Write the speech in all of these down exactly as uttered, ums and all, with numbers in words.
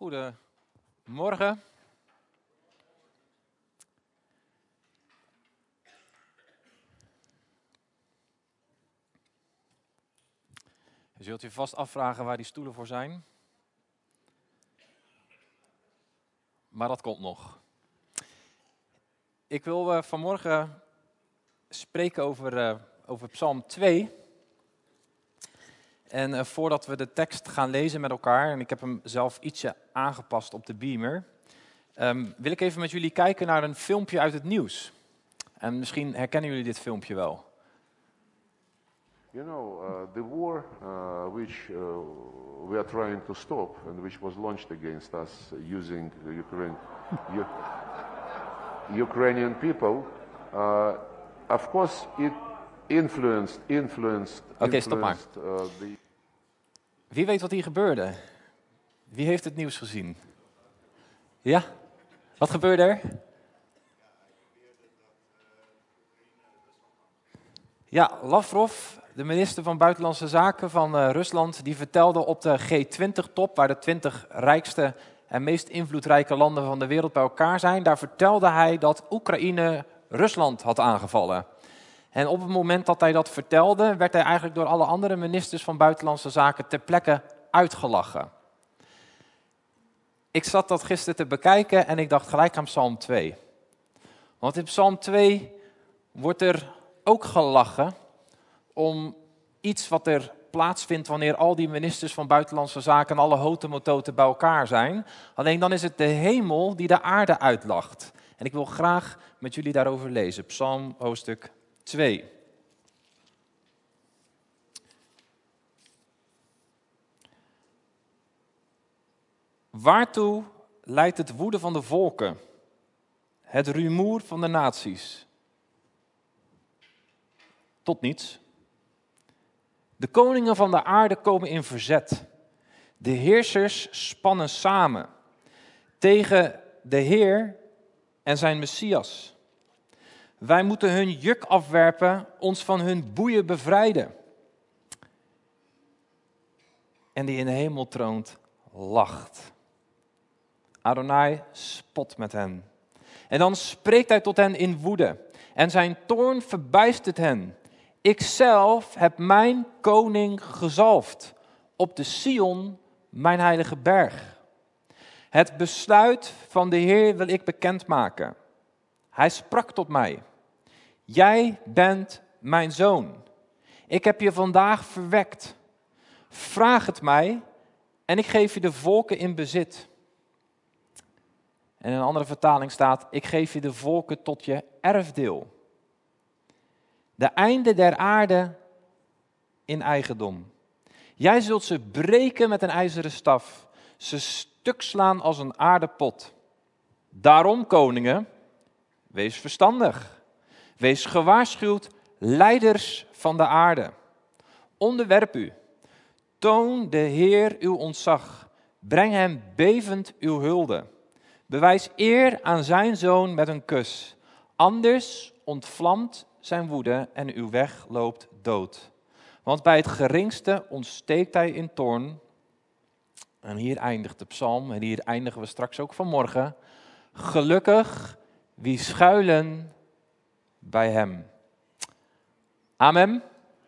Goedemorgen. Je zult je vast afvragen waar die stoelen voor zijn. Maar dat komt nog. Ik wil uh, vanmorgen spreken over, uh, over Psalm twee. En uh, voordat we de tekst gaan lezen met elkaar, en ik heb hem zelf ietsje aangepast op de beamer, um, wil ik even met jullie kijken naar een filmpje uit het nieuws. En misschien herkennen jullie dit filmpje wel. You know, uh, the war uh, which uh, we are trying to stop and which was launched against us using the Ukraine, U Ukrainian people, uh, of course it influenced, influenced, Oké, okay, influenced stop maar. Uh, the... Wie weet wat hier gebeurde? Wie heeft het nieuws gezien? Ja? Wat gebeurde er? Ja, Lavrov, de minister van Buitenlandse Zaken van uh, Rusland, die vertelde op de G twintig top, waar de twintig rijkste en meest invloedrijke landen van de wereld bij elkaar zijn, daar vertelde hij dat Oekraïne Rusland had aangevallen. En op het moment dat hij dat vertelde, werd hij eigenlijk door alle andere ministers van Buitenlandse Zaken ter plekke uitgelachen. Ik zat dat gisteren te bekijken en ik dacht gelijk aan Psalm twee. Want in Psalm twee wordt er ook gelachen om iets wat er plaatsvindt wanneer al die ministers van Buitenlandse Zaken en alle hotemototen bij elkaar zijn. Alleen dan is het de hemel die de aarde uitlacht. En ik wil graag met jullie daarover lezen. Psalm hoofdstuk twee. Waartoe leidt het woede van de volken? Het rumoer van de naties? Tot niets. De koningen van de aarde komen in verzet. De heersers spannen samen tegen de Heer en zijn Messias. Wij moeten hun juk afwerpen, ons van hun boeien bevrijden. En die in de hemel troont, lacht. Adonai spot met hen. En dan spreekt hij tot hen in woede. En zijn toorn verbijstert hen. Ikzelf heb mijn koning gezalfd op de Sion, mijn heilige berg. Het besluit van de Heer wil ik bekendmaken. Hij sprak tot mij. Jij bent mijn zoon. Ik heb je vandaag verwekt. Vraag het mij en ik geef je de volken in bezit. En in een andere vertaling staat, ik geef je de volken tot je erfdeel. De einden der aarde in eigendom. Jij zult ze breken met een ijzeren staf. Ze stuk slaan als een aardepot. Daarom, koningen, wees verstandig. Wees gewaarschuwd, leiders van de aarde. Onderwerp u. Toon de Heer uw ontzag. Breng hem bevend uw hulde. Bewijs eer aan zijn zoon met een kus. Anders ontvlamt zijn woede en uw weg loopt dood. Want bij het geringste ontsteekt hij in toorn. En hier eindigt de psalm, en hier eindigen we straks ook vanmorgen. Gelukkig wie schuilen bij hem. Amen.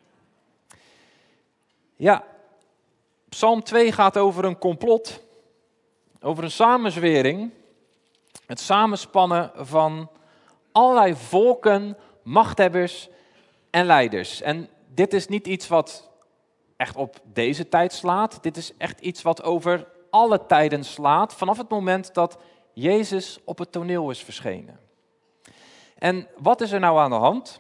Ja, Psalm twee gaat over een complot, over een samenzwering. Het samenspannen van allerlei volken, machthebbers en leiders. En dit is niet iets wat echt op deze tijd slaat. Dit is echt iets wat over alle tijden slaat, vanaf het moment dat Jezus op het toneel is verschenen. En wat is er nou aan de hand?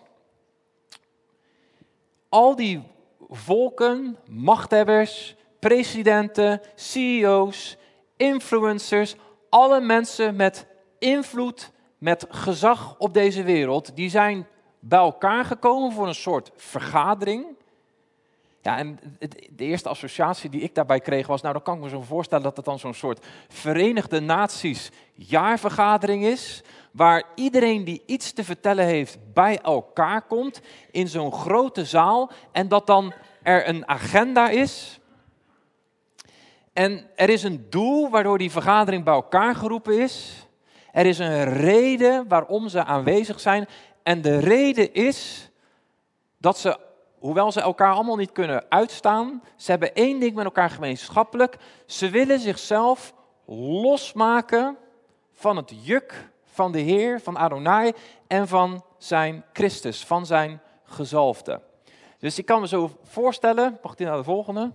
Al die volken, machthebbers, presidenten, C E O's, influencers, alle mensen met invloed, met gezag op deze wereld, die zijn bij elkaar gekomen voor een soort vergadering. Ja, en de eerste associatie die ik daarbij kreeg was, nou dan kan ik me zo voorstellen dat het dan zo'n soort Verenigde Naties jaarvergadering is, waar iedereen die iets te vertellen heeft bij elkaar komt in zo'n grote zaal en dat dan er een agenda is. En er is een doel waardoor die vergadering bij elkaar geroepen is. Er is een reden waarom ze aanwezig zijn. En de reden is dat ze, hoewel ze elkaar allemaal niet kunnen uitstaan, ze hebben één ding met elkaar gemeenschappelijk. Ze willen zichzelf losmaken van het juk van de Heer, van Adonai en van zijn Christus, van zijn gezalfde. Dus ik kan me zo voorstellen, mag ik naar de volgende?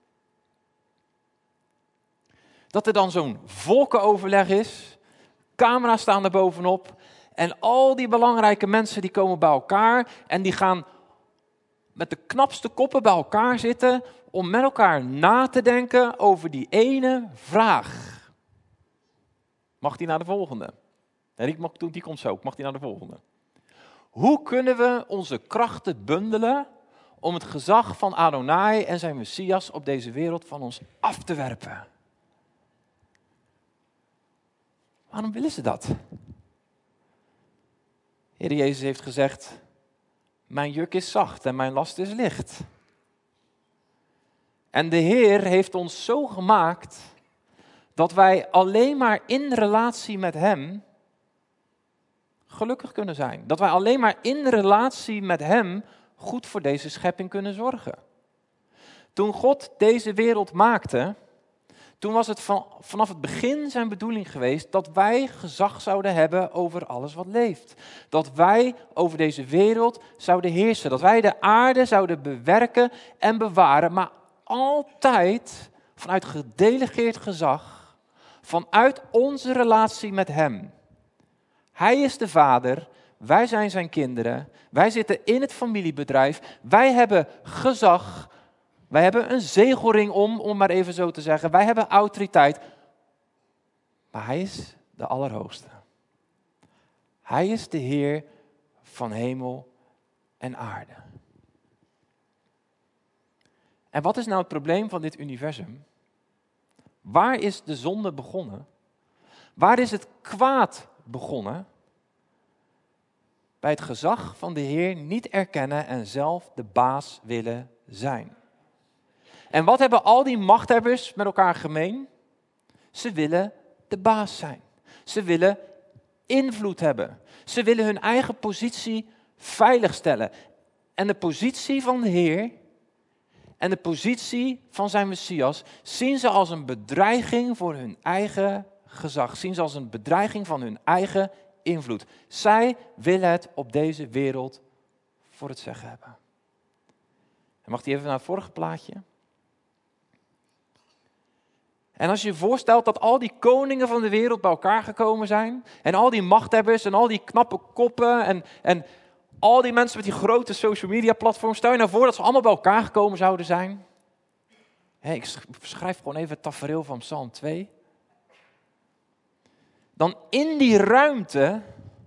Dat er dan zo'n volkenoverleg is, camera's staan er bovenop en al die belangrijke mensen die komen bij elkaar en die gaan met de knapste koppen bij elkaar zitten om met elkaar na te denken over die ene vraag. Mag die naar de volgende? Nee, die, die komt zo, mag die naar de volgende? Hoe kunnen we onze krachten bundelen om het gezag van Adonai en zijn Messias op deze wereld van ons af te werpen? Waarom willen ze dat? Heer Jezus heeft gezegd, mijn juk is zacht en mijn last is licht. En de Heer heeft ons zo gemaakt dat wij alleen maar in relatie met Hem gelukkig kunnen zijn. Dat wij alleen maar in relatie met Hem goed voor deze schepping kunnen zorgen. Toen God deze wereld maakte, toen was het van, vanaf het begin zijn bedoeling geweest dat wij gezag zouden hebben over alles wat leeft. Dat wij over deze wereld zouden heersen. Dat wij de aarde zouden bewerken en bewaren, maar altijd vanuit gedelegeerd gezag, vanuit onze relatie met Hem. Hij is de Vader, wij zijn zijn kinderen, wij zitten in het familiebedrijf, wij hebben gezag, wij hebben een zegelring om, om maar even zo te zeggen, wij hebben autoriteit. Maar Hij is de Allerhoogste. Hij is de Heer van hemel en aarde. En wat is nou het probleem van dit universum? Waar is de zonde begonnen? Waar is het kwaad begonnen? Bij het gezag van de Heer niet erkennen en zelf de baas willen zijn. En wat hebben al die machthebbers met elkaar gemeen? Ze willen de baas zijn. Ze willen invloed hebben. Ze willen hun eigen positie veiligstellen. En de positie van de Heer en de positie van zijn Messias zien ze als een bedreiging voor hun eigen gezag. Zien ze als een bedreiging van hun eigen invloed. Zij willen het op deze wereld voor het zeggen hebben. En mag die even naar het vorige plaatje? En als je je voorstelt dat al die koningen van de wereld bij elkaar gekomen zijn, en al die machthebbers en al die knappe koppen en, en al die mensen met die grote social media platforms, stel je nou voor dat ze allemaal bij elkaar gekomen zouden zijn. Hey, ik schrijf gewoon even het tafereel van Psalm twee. Dan in die ruimte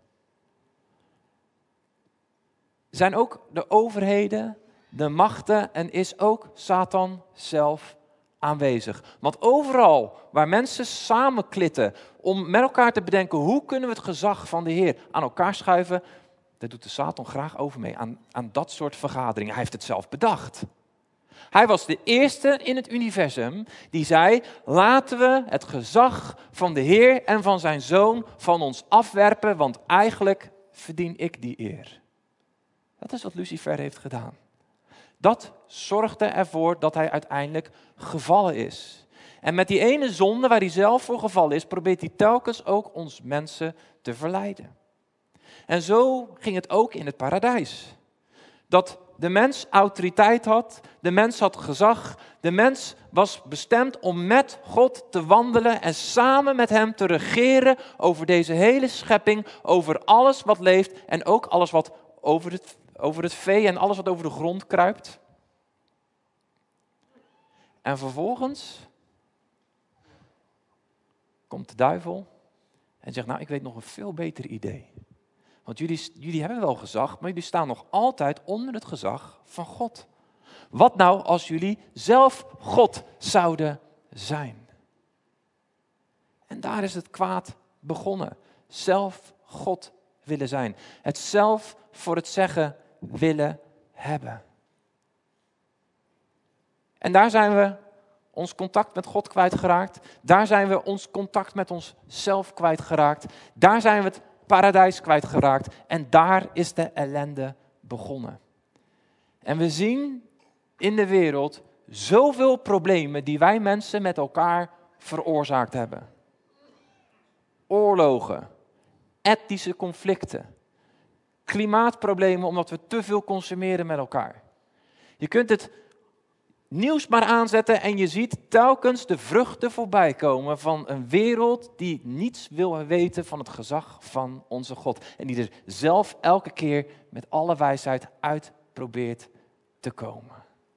zijn ook de overheden, de machten en is ook Satan zelf aanwezig. Want overal waar mensen samenklitten om met elkaar te bedenken hoe kunnen we het gezag van de Heer aan elkaar schuiven, daar doet de Satan graag over mee aan, aan dat soort vergaderingen. Hij heeft het zelf bedacht. Hij was de eerste in het universum die zei, laten we het gezag van de Heer en van zijn Zoon van ons afwerpen, want eigenlijk verdien ik die eer. Dat is wat Lucifer heeft gedaan. Dat zorgde ervoor dat hij uiteindelijk gevallen is. En met die ene zonde waar hij zelf voor gevallen is, probeert hij telkens ook ons mensen te verleiden. En zo ging het ook in het paradijs. Dat de mens autoriteit had, de mens had gezag, de mens was bestemd om met God te wandelen en samen met hem te regeren over deze hele schepping, over alles wat leeft en ook alles wat over het, over het vee en alles wat over de grond kruipt. En vervolgens komt de duivel en zegt, nou ik weet nog een veel beter idee. Want jullie, jullie hebben wel gezag, maar jullie staan nog altijd onder het gezag van God. Wat nou als jullie zelf God zouden zijn? En daar is het kwaad begonnen. Zelf God willen zijn. Het zelf voor het zeggen willen hebben. En daar zijn we ons contact met God kwijtgeraakt. Daar zijn we ons contact met onszelf kwijtgeraakt. Daar zijn we het paradijs kwijtgeraakt. En daar is de ellende begonnen. En we zien in de wereld zoveel problemen die wij mensen met elkaar veroorzaakt hebben. Oorlogen, etnische conflicten, klimaatproblemen omdat we te veel consumeren met elkaar. Je kunt het nieuws maar aanzetten en je ziet telkens de vruchten voorbij komen van een wereld die niets wil weten van het gezag van onze God. En die er zelf elke keer met alle wijsheid uit probeert te komen.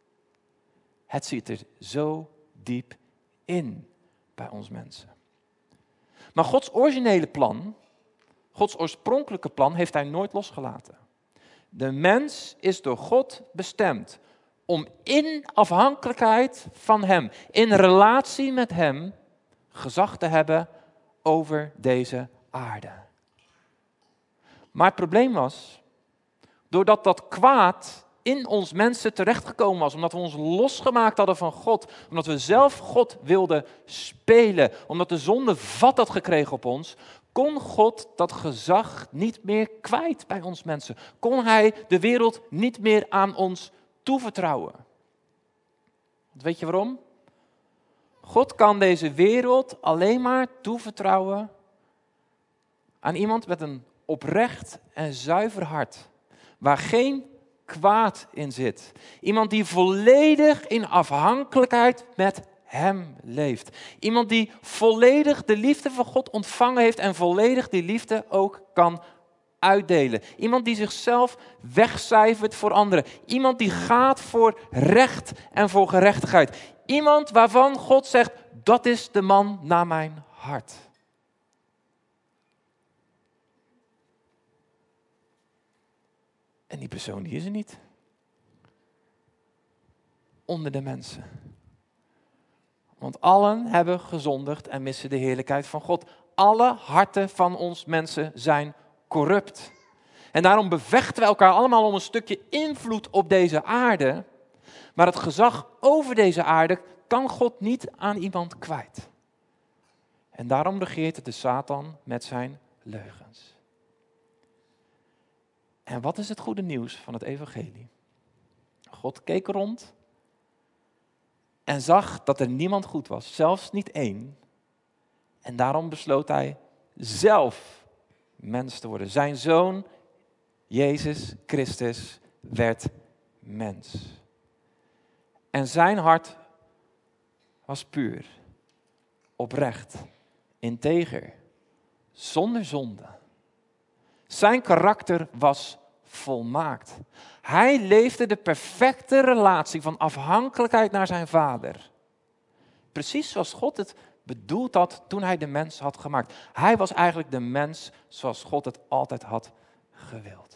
Het zit er zo diep in bij ons mensen. Maar Gods originele plan, Gods oorspronkelijke plan, heeft hij nooit losgelaten. De mens is door God bestemd om in afhankelijkheid van hem, in relatie met hem, gezag te hebben over deze aarde. Maar het probleem was, doordat dat kwaad in ons mensen terechtgekomen was, omdat we ons losgemaakt hadden van God, omdat we zelf God wilden spelen, omdat de zonde vat had gekregen op ons, kon God dat gezag niet meer kwijt bij ons mensen. Kon hij de wereld niet meer aan ons toevertrouwen. Weet je waarom? God kan deze wereld alleen maar toevertrouwen aan iemand met een oprecht en zuiver hart, waar geen kwaad in zit. Iemand die volledig in afhankelijkheid met hem leeft. Iemand die volledig de liefde van God ontvangen heeft en volledig die liefde ook kan uitdelen. Iemand die zichzelf wegcijfert voor anderen. Iemand die gaat voor recht en voor gerechtigheid. Iemand waarvan God zegt, dat is de man naar mijn hart. En die persoon die is er niet. Onder de mensen. Want allen hebben gezondigd en missen de heerlijkheid van God. Alle harten van ons mensen zijn corrupt. En daarom bevechten we elkaar allemaal om een stukje invloed op deze aarde. Maar het gezag over deze aarde kan God niet aan iemand kwijt. En daarom regeert de Satan met zijn leugens. En wat is het goede nieuws van het evangelie? God keek rond en zag dat er niemand goed was, zelfs niet één. En daarom besloot hij zelf mens te worden. Zijn zoon, Jezus Christus, werd mens. En zijn hart was puur, oprecht, integer, zonder zonde. Zijn karakter was volmaakt. Hij leefde de perfecte relatie van afhankelijkheid naar zijn Vader. Precies zoals God het bedoeld had toen hij de mens had gemaakt. Hij was eigenlijk de mens zoals God het altijd had gewild.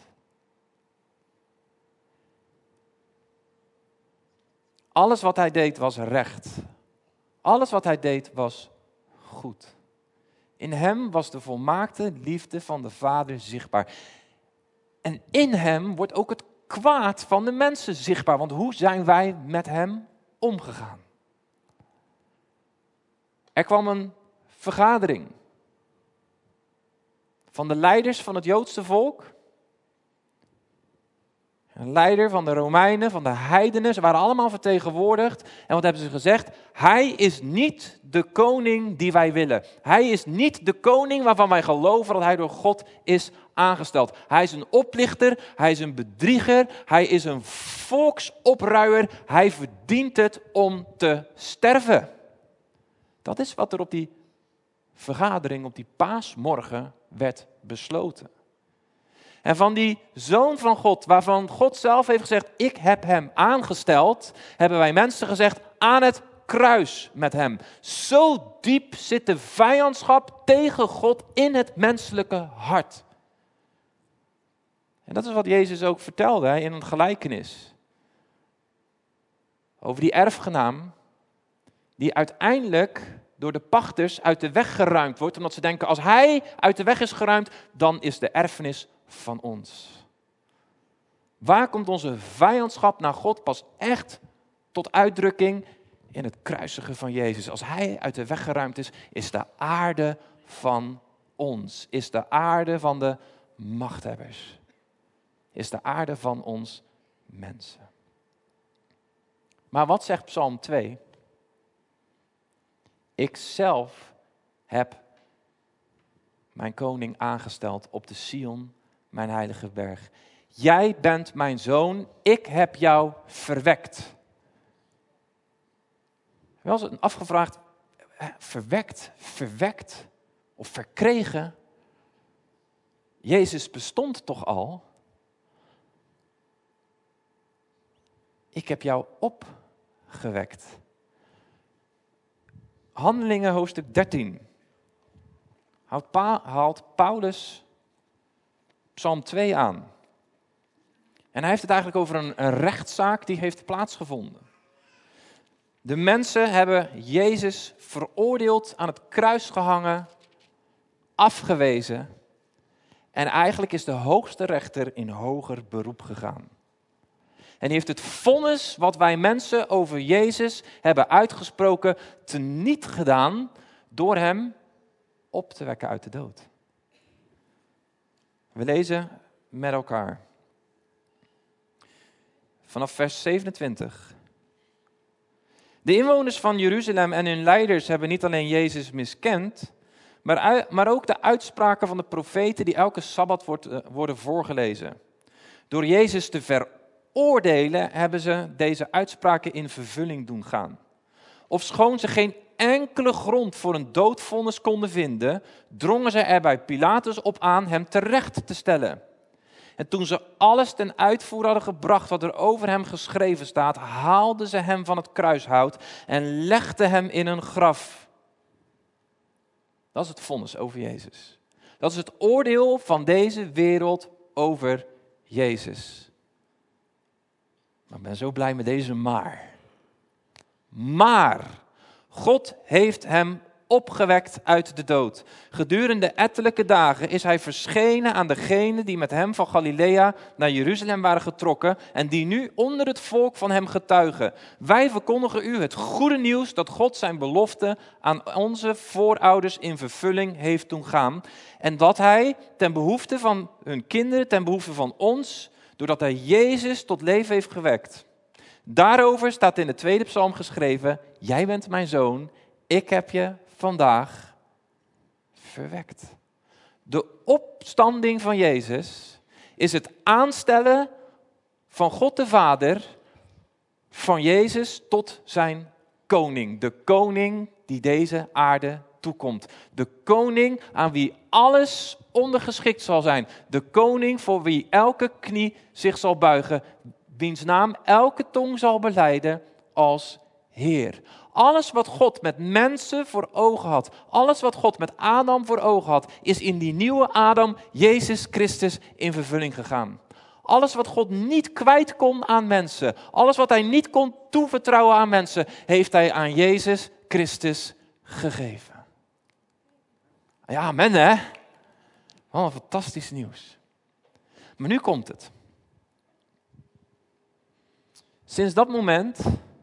Alles wat hij deed was recht. Alles wat hij deed was goed. In hem was de volmaakte liefde van de Vader zichtbaar. En in hem wordt ook het kwaad van de mensen zichtbaar. Want hoe zijn wij met hem omgegaan? Er kwam een vergadering van de leiders van het Joodse volk. Een leider van de Romeinen, van de heidenen. Ze waren allemaal vertegenwoordigd. En wat hebben ze gezegd? Hij is niet de koning die wij willen. Hij is niet de koning waarvan wij geloven dat hij door God is aangesteld. Hij is een oplichter, hij is een bedrieger, hij is een volksopruier. Hij verdient het om te sterven. Dat is wat er op die vergadering, op die paasmorgen werd besloten. En van die Zoon van God, waarvan God zelf heeft gezegd, ik heb hem aangesteld, hebben wij mensen gezegd, aan het kruis met hem. Zo diep zit de vijandschap tegen God in het menselijke hart. En dat is wat Jezus ook vertelde hè, in een gelijkenis. Over die erfgenaam, die uiteindelijk door de pachters uit de weg geruimd wordt, omdat ze denken, als hij uit de weg is geruimd, dan is de erfenis van ons. Waar komt onze vijandschap naar God pas echt tot uitdrukking? in het kruisigen van Jezus. Als hij uit de weg geruimd is, is de aarde van ons. Is de aarde van de machthebbers. Is de aarde van ons mensen. Maar wat zegt Psalm twee? Ik zelf heb mijn koning aangesteld op de Sion, mijn heilige berg. Jij bent mijn zoon, ik heb jou verwekt. Wel eens afgevraagd, verwekt, verwekt of verkregen? Jezus bestond toch al? Ik heb jou opgewekt. Handelingen hoofdstuk dertien. Haalt, pa, haalt Paulus Psalm twee aan. En hij heeft het eigenlijk over een, een rechtszaak die heeft plaatsgevonden. De mensen hebben Jezus veroordeeld, aan het kruis gehangen, afgewezen. En eigenlijk is de hoogste rechter in hoger beroep gegaan. En die heeft het vonnis wat wij mensen over Jezus hebben uitgesproken teniet gedaan door hem op te wekken uit de dood. We lezen met elkaar. Vanaf vers zevenentwintig. De inwoners van Jeruzalem en hun leiders hebben niet alleen Jezus miskend, maar, maar ook de uitspraken van de profeten die elke Sabbat wordt, uh, worden voorgelezen. Door Jezus te veroordelen hebben ze deze uitspraken in vervulling doen gaan. Ofschoon ze geen enkele grond voor een doodvonnis konden vinden, drongen ze er bij Pilatus op aan hem terecht te stellen. En toen ze alles ten uitvoer hadden gebracht wat er over hem geschreven staat, haalden ze hem van het kruishout en legden hem in een graf. Dat is het vonnis over Jezus. Dat is het oordeel van deze wereld over Jezus. Maar ik ben zo blij met deze maar. Maar God heeft hem opgewekt uit de dood. Gedurende ettelijke dagen is hij verschenen aan degenen die met hem van Galilea naar Jeruzalem waren getrokken en die nu onder het volk van hem getuigen. Wij verkondigen u het goede nieuws dat God zijn belofte aan onze voorouders in vervulling heeft doen gaan. En dat hij ten behoefte van hun kinderen, ten behoefte van ons, doordat hij Jezus tot leven heeft gewekt. Daarover staat in de tweede psalm geschreven, jij bent mijn zoon, ik heb je vandaag verwekt. De opstanding van Jezus is het aanstellen van God de Vader, van Jezus tot zijn koning. De koning die deze aarde toekomt. De koning aan wie alles ondergeschikt zal zijn. De koning voor wie elke knie zich zal buigen, wiens naam elke tong zal belijden als Heer. Alles wat God met mensen voor ogen had, alles wat God met Adam voor ogen had, is in die nieuwe Adam, Jezus Christus, in vervulling gegaan. Alles wat God niet kwijt kon aan mensen, alles wat hij niet kon toevertrouwen aan mensen, heeft hij aan Jezus Christus gegeven. Ja, amen hè. Wat een fantastisch nieuws. Maar nu komt het. Sinds dat moment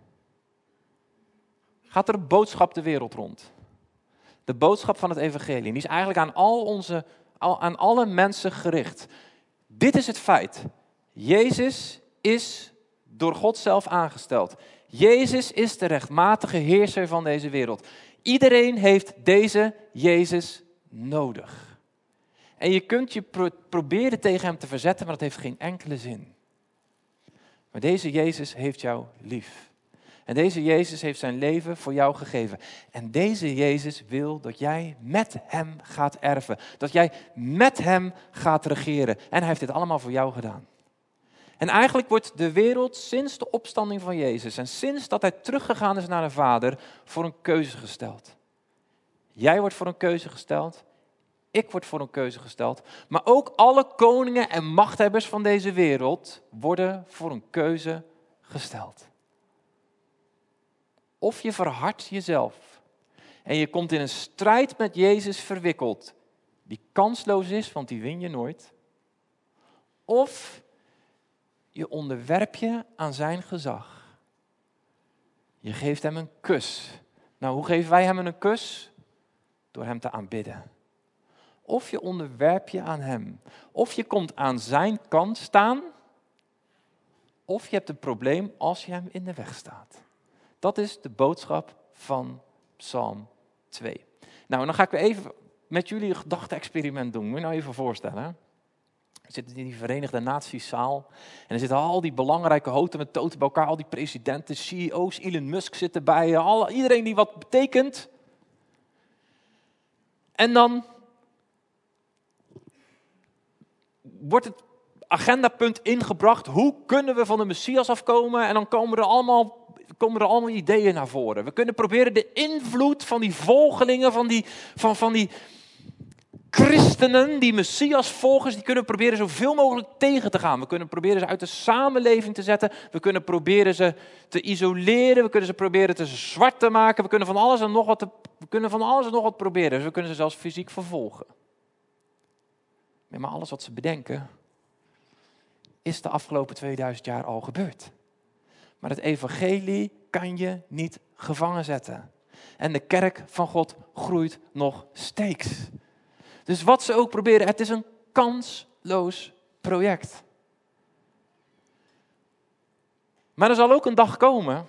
gaat er een boodschap de wereld rond. De boodschap van het evangelie. Die is eigenlijk aan, al onze, aan alle mensen gericht. Dit is het feit. Jezus is door God zelf aangesteld. Jezus is de rechtmatige heerser van deze wereld. Iedereen heeft deze Jezus nodig. En je kunt je pro- proberen tegen hem te verzetten, maar dat heeft geen enkele zin. Maar deze Jezus heeft jou lief. En deze Jezus heeft zijn leven voor jou gegeven. En deze Jezus wil dat jij met hem gaat erven. Dat jij met hem gaat regeren. En hij heeft dit allemaal voor jou gedaan. En eigenlijk wordt de wereld sinds de opstanding van Jezus en sinds dat hij teruggegaan is naar de Vader voor een keuze gesteld. Jij wordt voor een keuze gesteld. Ik word voor een keuze gesteld. Maar ook alle koningen en machthebbers van deze wereld worden voor een keuze gesteld. Of je verhardt jezelf en je komt in een strijd met Jezus verwikkeld, die kansloos is, want die win je nooit. Of je onderwerp je aan zijn gezag. Je geeft hem een kus. Nou, hoe geven wij hem een kus? Door hem te aanbidden. Of je onderwerpt je aan hem. Of je komt aan zijn kant staan. Of je hebt een probleem als je hem in de weg staat. Dat is de boodschap van Psalm twee. Nou, en dan ga ik weer even met jullie een gedachte-experiment doen. Moet je nou even voorstellen. We zitten in die Verenigde Natieszaal. En er zitten al die belangrijke houten met toten bij elkaar. Al die presidenten, C E O's, Elon Musk zit erbij. Alle, iedereen die wat betekent. En dan wordt het agendapunt ingebracht. Hoe kunnen we van de Messias afkomen? En dan komen er allemaal, komen er allemaal ideeën naar voren. We kunnen proberen de invloed van die volgelingen, van die, van, van die christenen, die Messias-volgers, die kunnen proberen zoveel mogelijk tegen te gaan. We kunnen proberen ze uit de samenleving te zetten. We kunnen proberen ze te isoleren. We kunnen ze proberen te zwart te maken. We kunnen van alles en nog wat, te, we kunnen van alles en nog wat proberen. Dus we kunnen ze zelfs fysiek vervolgen. Maar alles wat ze bedenken, is de afgelopen tweeduizend jaar al gebeurd. Maar het evangelie kan je niet gevangen zetten. En de kerk van God groeit nog steeds. Dus wat ze ook proberen, het is een kansloos project. Maar er zal ook een dag komen.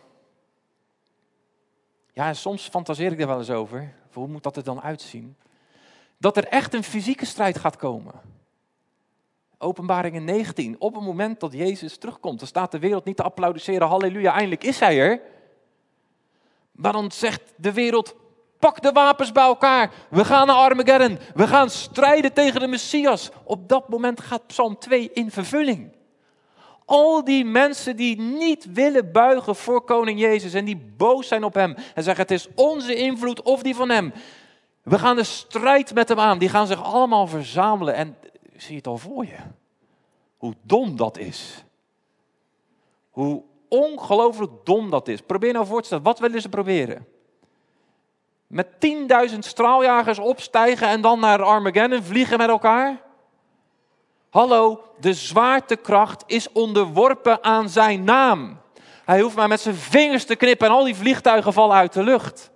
Ja, en soms fantaseer ik er wel eens over. Hoe moet dat er dan uitzien? Dat er echt een fysieke strijd gaat komen. Openbaringen negentien. Op het moment dat Jezus terugkomt, dan staat de wereld niet te applaudisseren. Halleluja, eindelijk is hij er. Maar dan zegt de wereld, pak de wapens bij elkaar. We gaan naar Armageddon. We gaan strijden tegen de Messias. Op dat moment gaat Psalm twee in vervulling. Al die mensen die niet willen buigen voor koning Jezus en die boos zijn op hem en zeggen het is onze invloed of die van hem. We gaan de strijd met hem aan. Die gaan zich allemaal verzamelen en zie je het al voor je. Hoe dom dat is. Hoe ongelooflijk dom dat is. Probeer nou voor te stellen, wat willen ze proberen? Met tienduizend straaljagers opstijgen en dan naar Armageddon vliegen met elkaar? Hallo, de zwaartekracht is onderworpen aan zijn naam. Hij hoeft maar met zijn vingers te knippen en al die vliegtuigen vallen uit de lucht.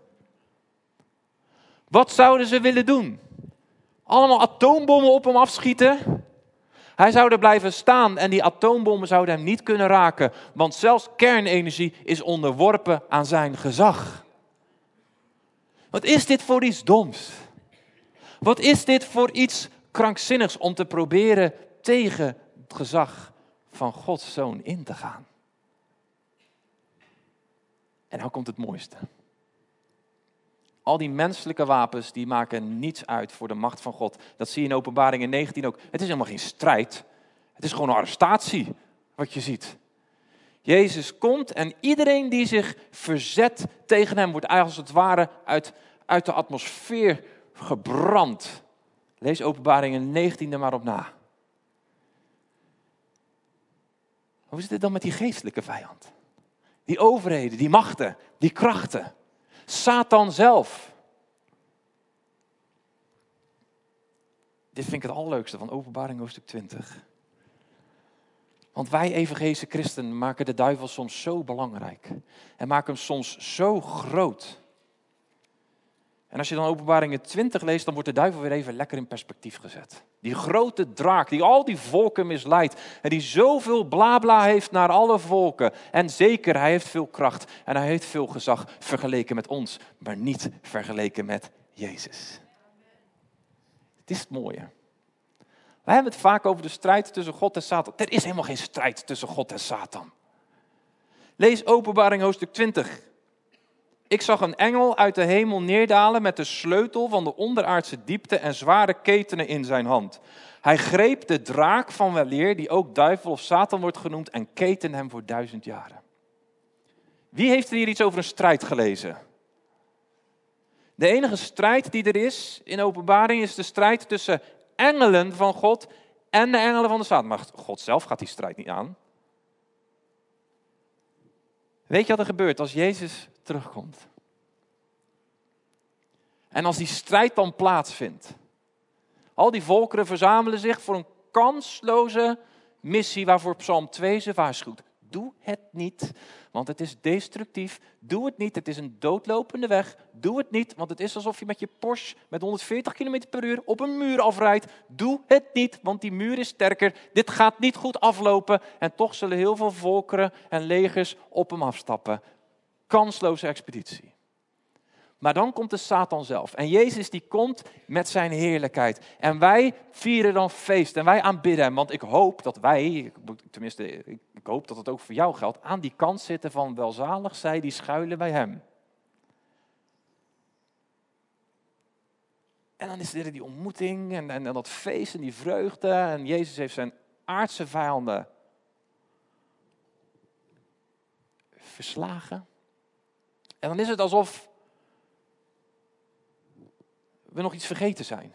Wat zouden ze willen doen? Allemaal atoombommen op hem afschieten? Hij zou er blijven staan en die atoombommen zouden hem niet kunnen raken. Want zelfs kernenergie is onderworpen aan zijn gezag. Wat is dit voor iets doms? Wat is dit voor iets krankzinnigs om te proberen tegen het gezag van Gods Zoon in te gaan? En nou komt het mooiste. Al die menselijke wapens die maken niets uit voor de macht van God. Dat zie je in Openbaringen negentien ook. Het is helemaal geen strijd. Het is gewoon een arrestatie wat je ziet. Jezus komt en iedereen die zich verzet tegen hem wordt eigenlijk als het ware uit, uit de atmosfeer gebrand. Lees Openbaringen negentien er maar op na. Hoe zit het dan met die geestelijke vijand? Die overheden, die machten, die krachten. Satan zelf. Dit vind ik het allerleukste van Openbaring hoofdstuk twintig. Want wij evangelische christenen maken de duivel soms zo belangrijk. En maken hem soms zo groot. En als je dan Openbaringen twintig leest, dan wordt de duivel weer even lekker in perspectief gezet. Die grote draak die al die volken misleidt. En die zoveel blabla heeft naar alle volken. En zeker, hij heeft veel kracht. En hij heeft veel gezag vergeleken met ons. Maar niet vergeleken met Jezus. Het is het mooie. Wij hebben het vaak over de strijd tussen God en Satan. Er is helemaal geen strijd tussen God en Satan. Lees Openbaring hoofdstuk twintig. Ik zag een engel uit de hemel neerdalen met de sleutel van de onderaardse diepte en zware ketenen in zijn hand. Hij greep de draak van weleer, die ook duivel of Satan wordt genoemd, en keten hem voor duizend jaren. Wie heeft er hier iets over een strijd gelezen? De enige strijd die er is in Openbaring is de strijd tussen engelen van God en de engelen van de Satan. Maar God zelf gaat die strijd niet aan. Weet je wat er gebeurt als Jezus terugkomt? En als die strijd dan plaatsvindt. Al die volkeren verzamelen zich voor een kansloze missie waarvoor Psalm twee ze waarschuwt. Doe het niet, want het is destructief. Doe het niet, het is een doodlopende weg. Doe het niet, want het is alsof je met je Porsche met honderdveertig kilometer per uur op een muur afrijdt. Doe het niet, want die muur is sterker. Dit gaat niet goed aflopen en toch zullen heel veel volkeren en legers op hem afstappen. Kansloze expeditie. Maar dan komt de Satan zelf. En Jezus die komt met zijn heerlijkheid. En wij vieren dan feest. En wij aanbidden hem. Want ik hoop dat wij, tenminste ik hoop dat het ook voor jou geldt, aan die kant zitten van welzalig zij die schuilen bij hem. En dan is er die ontmoeting en, en, en dat feest en die vreugde. En Jezus heeft zijn aardse vijanden verslagen. En dan is het alsof we nog iets vergeten zijn.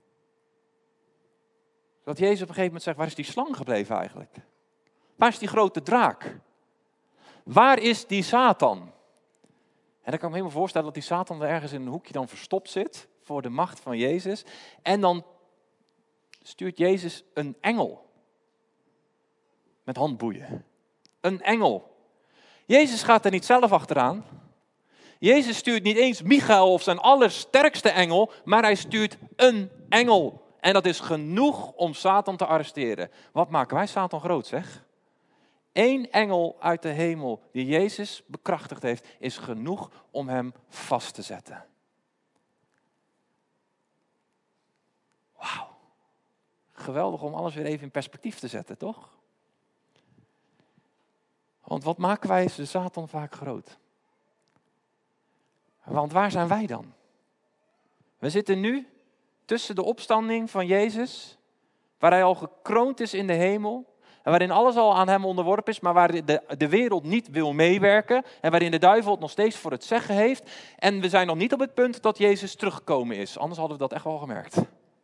Dat Jezus op een gegeven moment zegt, waar is die slang gebleven eigenlijk? Waar is die grote draak? Waar is die Satan? En dan kan ik me helemaal voorstellen dat die Satan er ergens in een hoekje dan verstopt zit voor de macht van Jezus. En dan stuurt Jezus een engel met handboeien. Een engel. Jezus gaat er niet zelf achteraan. Jezus stuurt niet eens Michael of zijn allersterkste engel, maar hij stuurt een engel. En dat is genoeg om Satan te arresteren. Wat maken wij Satan groot, zeg? Eén engel uit de hemel die Jezus bekrachtigd heeft, is genoeg om hem vast te zetten. Wauw. Geweldig om alles weer even in perspectief te zetten, toch? Want wat maken wij de Satan vaak groot? Want waar zijn wij dan? We zitten nu tussen de opstanding van Jezus, waar hij al gekroond is in de hemel, en waarin alles al aan hem onderworpen is, maar waar de, de wereld niet wil meewerken, en waarin de duivel het nog steeds voor het zeggen heeft. En we zijn nog niet op het punt dat Jezus teruggekomen is, anders hadden we dat echt wel gemerkt.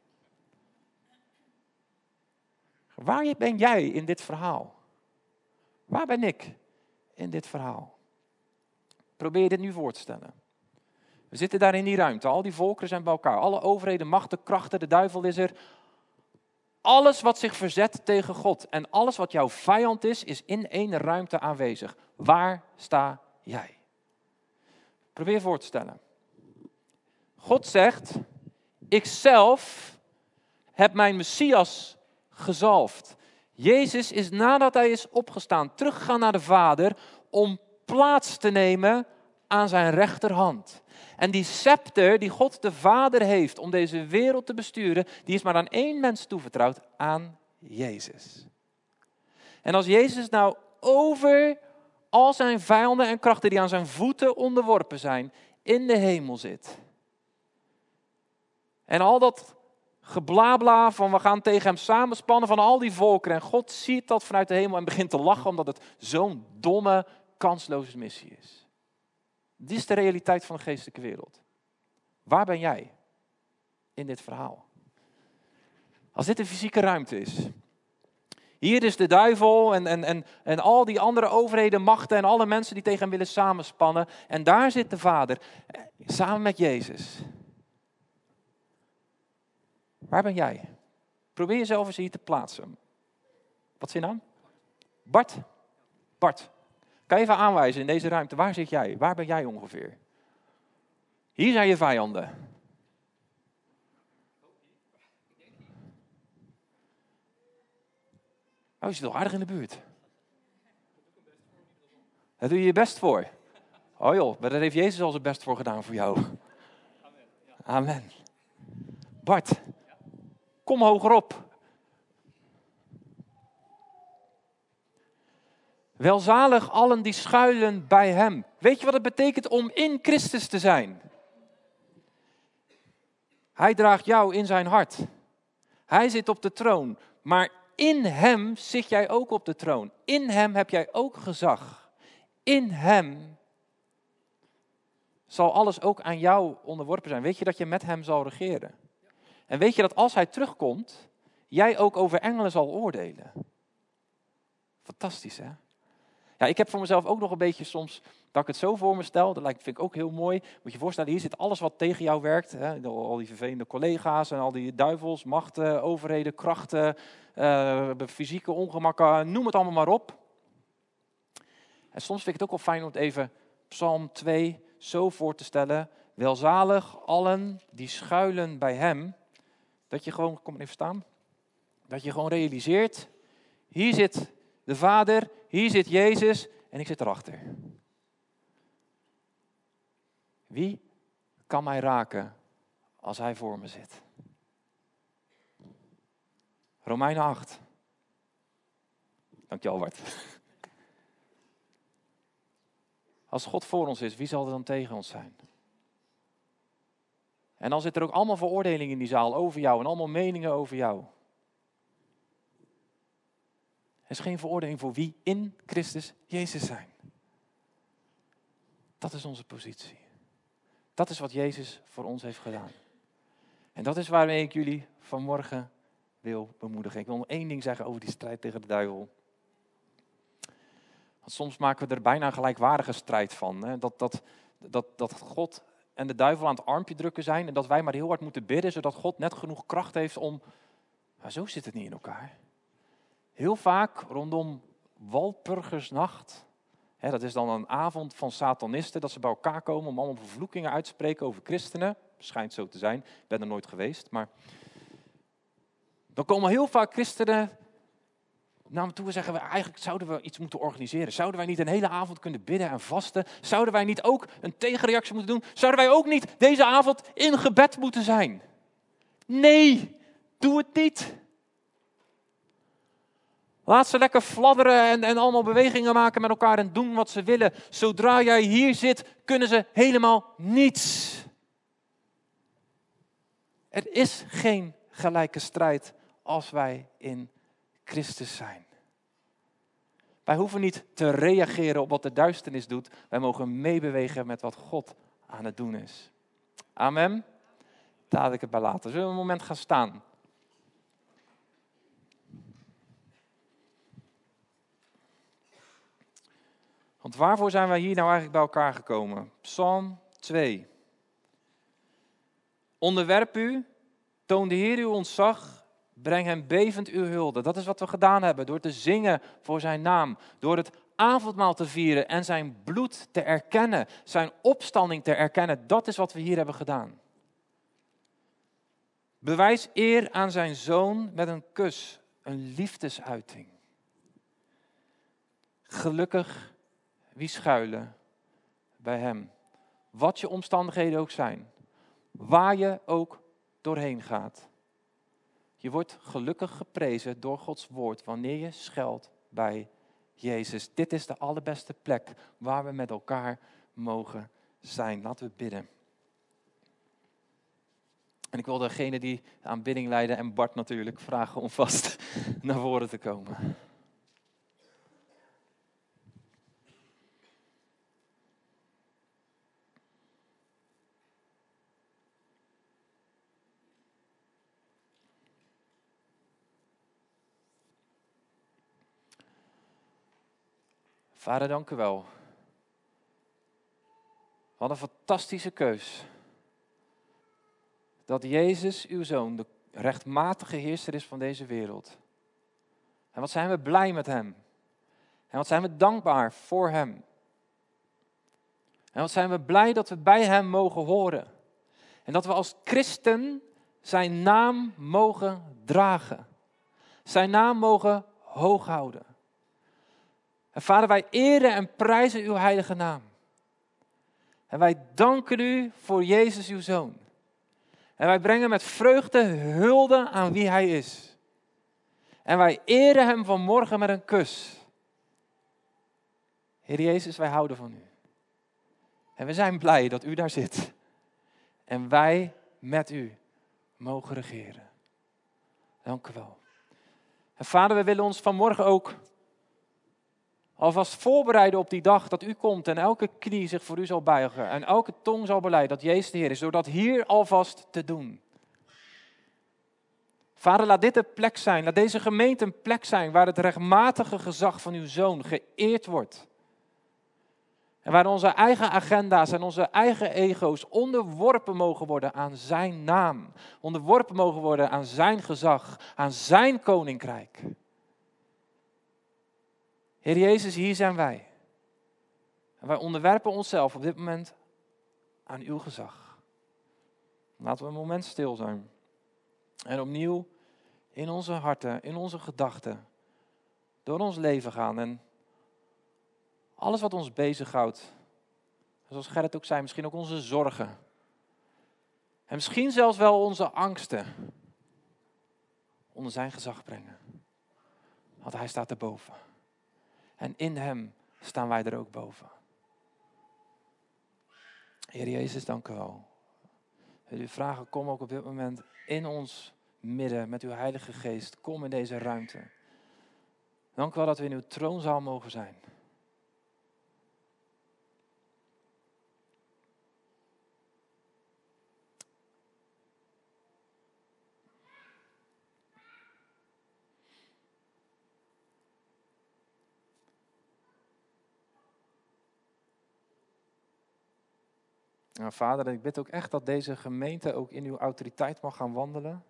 Waar ben jij in dit verhaal? Waar ben ik in dit verhaal? Probeer je dit nu voor te stellen. We zitten daar in die ruimte, al die volkeren zijn bij elkaar, alle overheden, machten, krachten, de duivel is er. Alles wat zich verzet tegen God en alles wat jouw vijand is, is in één ruimte aanwezig. Waar sta jij? Probeer je voor te stellen. God zegt, ik zelf heb mijn Messias gezalfd. Jezus is nadat hij is opgestaan teruggegaan naar de Vader om plaats te nemen aan zijn rechterhand. En die scepter die God de Vader heeft om deze wereld te besturen, die is maar aan één mens toevertrouwd, aan Jezus. En als Jezus nou over al zijn vijanden en krachten die aan zijn voeten onderworpen zijn, in de hemel zit. En al dat geblabla van we gaan tegen hem samenspannen van al die volkeren. En God ziet dat vanuit de hemel en begint te lachen omdat het zo'n domme, kansloze missie is. Dit is de realiteit van de geestelijke wereld. Waar ben jij in dit verhaal? Als dit een fysieke ruimte is. Hier is de duivel en, en, en, en al die andere overheden, machten en alle mensen die tegen hem willen samenspannen. En daar zit de Vader, samen met Jezus. Waar ben jij? Probeer jezelf eens hier te plaatsen. Wat is je naam? Bart. Bart. Kan je even aanwijzen in deze ruimte, waar zit jij? Waar ben jij ongeveer? Hier zijn je vijanden. Oh, je zit al aardig in de buurt. Daar doe je je best voor. Oh joh, maar daar heeft Jezus al zijn best voor gedaan voor jou. Amen. Bart, kom hogerop. Welzalig allen die schuilen bij hem. Weet je wat het betekent om in Christus te zijn? Hij draagt jou in zijn hart. Hij zit op de troon. Maar in hem zit jij ook op de troon. In hem heb jij ook gezag. In hem zal alles ook aan jou onderworpen zijn. Weet je dat je met hem zal regeren? En weet je dat als hij terugkomt, jij ook over engelen zal oordelen? Fantastisch, hè? Ja, ik heb voor mezelf ook nog een beetje soms, dat ik het zo voor me stel, dat lijkt, vind ik ook heel mooi. Moet je je voorstellen, hier zit alles wat tegen jou werkt. Hè? Al die vervelende collega's en al die duivels, machten, overheden, krachten, uh, fysieke ongemakken, noem het allemaal maar op. En soms vind ik het ook wel fijn om het even Psalm twee zo voor te stellen. Welzalig allen die schuilen bij hem. Dat je gewoon, kom maar even staan. Dat je gewoon realiseert, hier zit de Vader, hier zit Jezus en ik zit erachter. Wie kan mij raken als hij voor me zit? Romeinen acht. Dankjewel Bart. Als God voor ons is, wie zal er dan tegen ons zijn? En dan zit er ook allemaal veroordelingen in die zaal over jou en allemaal meningen over jou. Er is geen veroordeling voor wie in Christus Jezus zijn. Dat is onze positie. Dat is wat Jezus voor ons heeft gedaan. En dat is waarmee ik jullie vanmorgen wil bemoedigen. Ik wil nog één ding zeggen over die strijd tegen de duivel. Want soms maken we er bijna een gelijkwaardige strijd van. Hè? Dat, dat, dat, dat God en de duivel aan het armpje drukken zijn en dat wij maar heel hard moeten bidden, zodat God net genoeg kracht heeft om... Maar zo zit het niet in elkaar. Heel vaak rondom Walpurgisnacht, hè, dat is dan een avond van satanisten, dat ze bij elkaar komen om allemaal vervloekingen uit te spreken over christenen. Schijnt zo te zijn, ik ben er nooit geweest, maar... Dan komen heel vaak christenen naar me toe en zeggen we, eigenlijk zouden we iets moeten organiseren. Zouden wij niet een hele avond kunnen bidden en vasten? Zouden wij niet ook een tegenreactie moeten doen? Zouden wij ook niet deze avond in gebed moeten zijn? Nee, doe het niet. Laat ze lekker fladderen en, en allemaal bewegingen maken met elkaar en doen wat ze willen. Zodra jij hier zit, kunnen ze helemaal niets. Er is geen gelijke strijd als wij in Christus zijn. Wij hoeven niet te reageren op wat de duisternis doet. Wij mogen meebewegen met wat God aan het doen is. Amen. Daar had ik het bij laten. Zullen we een moment gaan staan? Want waarvoor zijn wij hier nou eigenlijk bij elkaar gekomen? Psalm twee. Onderwerp u, toon de Heer uw ontzag, breng hem bevend uw hulde. Dat is wat we gedaan hebben door te zingen voor zijn naam. Door het avondmaal te vieren en zijn bloed te erkennen. Zijn opstanding te erkennen. Dat is wat we hier hebben gedaan. Bewijs eer aan zijn zoon met een kus. Een liefdesuiting. Gelukkig wie schuilen bij hem. Wat je omstandigheden ook zijn. Waar je ook doorheen gaat. Je wordt gelukkig geprezen door Gods woord wanneer je schuilt bij Jezus. Dit is de allerbeste plek waar we met elkaar mogen zijn. Laten we bidden. En ik wil degene die de aanbidding leiden en Bart natuurlijk vragen om vast naar voren te komen. Vader, dank u wel. Wat een fantastische keus. Dat Jezus, uw zoon, de rechtmatige heerser is van deze wereld. En wat zijn we blij met hem. En wat zijn we dankbaar voor hem. En wat zijn we blij dat we bij hem mogen horen. En dat we als christen zijn naam mogen dragen. Zijn naam mogen hoog houden. En Vader, wij eren en prijzen uw heilige naam. En wij danken u voor Jezus, uw zoon. En wij brengen met vreugde hulde aan wie hij is. En wij eren hem vanmorgen met een kus. Heer Jezus, wij houden van u. En we zijn blij dat u daar zit. En wij met u mogen regeren. Dank u wel. En Vader, we willen ons vanmorgen ook alvast voorbereiden op die dag dat u komt en elke knie zich voor u zal buigen en elke tong zal belijden dat Jezus de Heer is, door dat hier alvast te doen. Vader, laat dit een plek zijn, laat deze gemeente een plek zijn waar het rechtmatige gezag van uw Zoon geëerd wordt. En waar onze eigen agenda's en onze eigen ego's onderworpen mogen worden aan zijn naam. Onderworpen mogen worden aan zijn gezag, aan zijn koninkrijk. Heer Jezus, hier zijn wij. En wij onderwerpen onszelf op dit moment aan uw gezag. Laten we een moment stil zijn. En opnieuw in onze harten, in onze gedachten, door ons leven gaan. En alles wat ons bezighoudt. Zoals Gerrit ook zei, misschien ook onze zorgen. En misschien zelfs wel onze angsten. Onder zijn gezag brengen. Want hij staat erboven. En in hem staan wij er ook boven. Heer Jezus, dank u wel. Wil u vragen, kom ook op dit moment in ons midden met uw Heilige Geest. Kom in deze ruimte. Dank u wel dat we in uw troonzaal mogen zijn. Nou, Vader, ik bid ook echt dat deze gemeente ook in uw autoriteit mag gaan wandelen.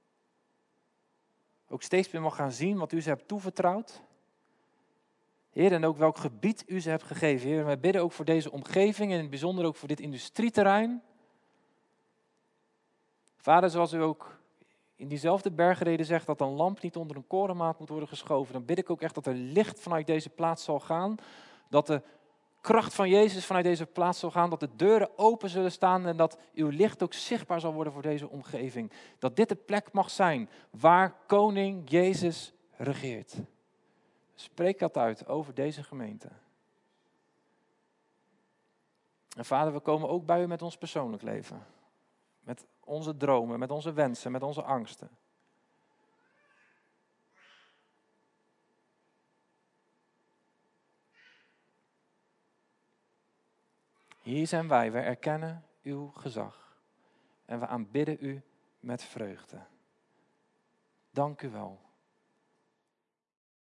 Ook steeds meer mag gaan zien wat u ze hebt toevertrouwd. Heer, en ook welk gebied u ze hebt gegeven. Heer, wij bidden ook voor deze omgeving en in het bijzonder ook voor dit industrieterrein. Vader, zoals u ook in diezelfde bergreden zegt dat een lamp niet onder een korenmaat moet worden geschoven, dan bid ik ook echt dat er licht vanuit deze plaats zal gaan. Dat de kracht van Jezus vanuit deze plaats zal gaan, dat de deuren open zullen staan en dat uw licht ook zichtbaar zal worden voor deze omgeving. Dat dit de plek mag zijn waar koning Jezus regeert. Spreek dat uit over deze gemeente. En Vader, we komen ook bij u met ons persoonlijk leven. Met onze dromen, met onze wensen, met onze angsten. Hier zijn wij, wij erkennen uw gezag. En we aanbidden u met vreugde. Dank u wel.